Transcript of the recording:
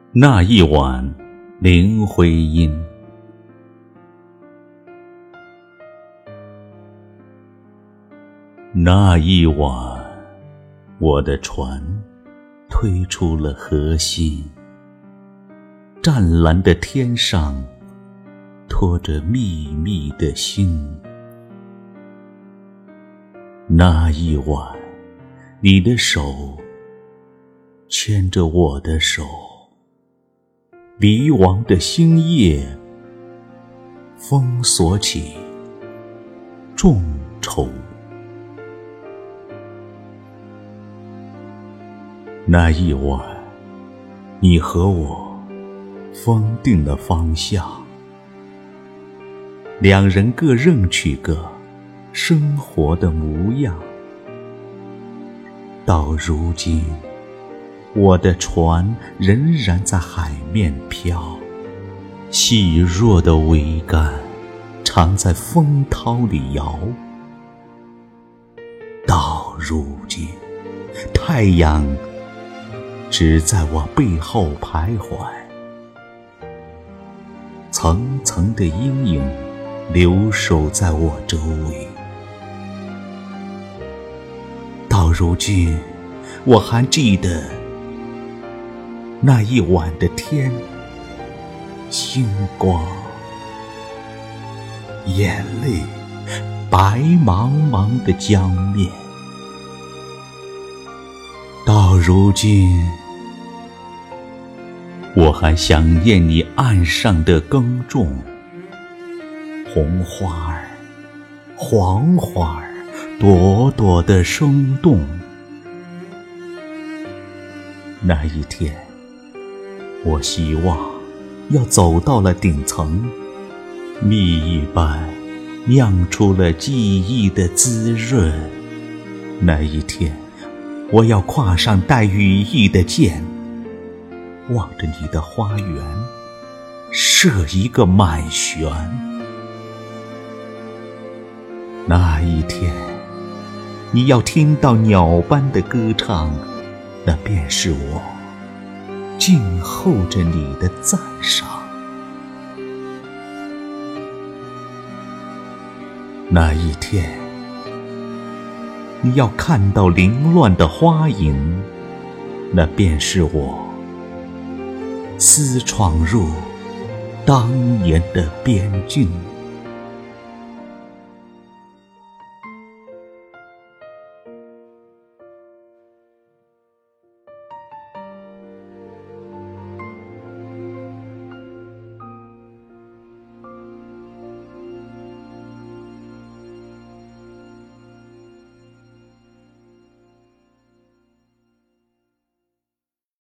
那一晚，林徽因。那一晚，我的船推出了河心，湛蓝的天上托着密密的星。那一晚，你的手牵着我的手，离亡的星夜封锁起众筹。那一晚，你和我封定了方向，两人各认取个生活的模样。到如今，我的船仍然在海面飘，细弱的桅杆常在风涛里摇。到如今，太阳只在我背后徘徊，层层的阴影留守在我周围。到如今，我还记得那一晚的天，星光，眼泪，白茫茫的江面。到如今，我还想念你岸上的耕种，红花儿，黄花儿，朵朵的生动。那一天，我希望要走到了顶层，蜜一般酿出了记忆的滋润。那一天，我要跨上带羽翼的箭，望着你的花园射一个满旋。那一天，你要听到鸟般的歌唱，那便是我静候着你的赞赏。那一天，你要看到凌乱的花影，那便是我私闯入当年的边境。